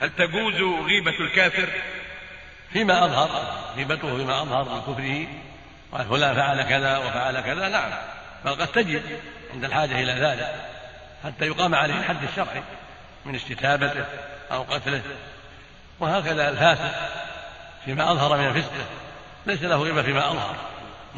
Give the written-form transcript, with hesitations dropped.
هل تجوز غيبة الكافر؟ فيما أظهر، غيبته فيما أظهر من كفره، قال فلان فعل كذا وفعل كذا، نعم، بل قد تجب عند الحاجة إلى ذلك حتى يقام عليه الحد الشرعي من استتابته أو قتله. وهكذا الفاسق فيما أظهر من فسقه ليس له غيبة فيما أظهر،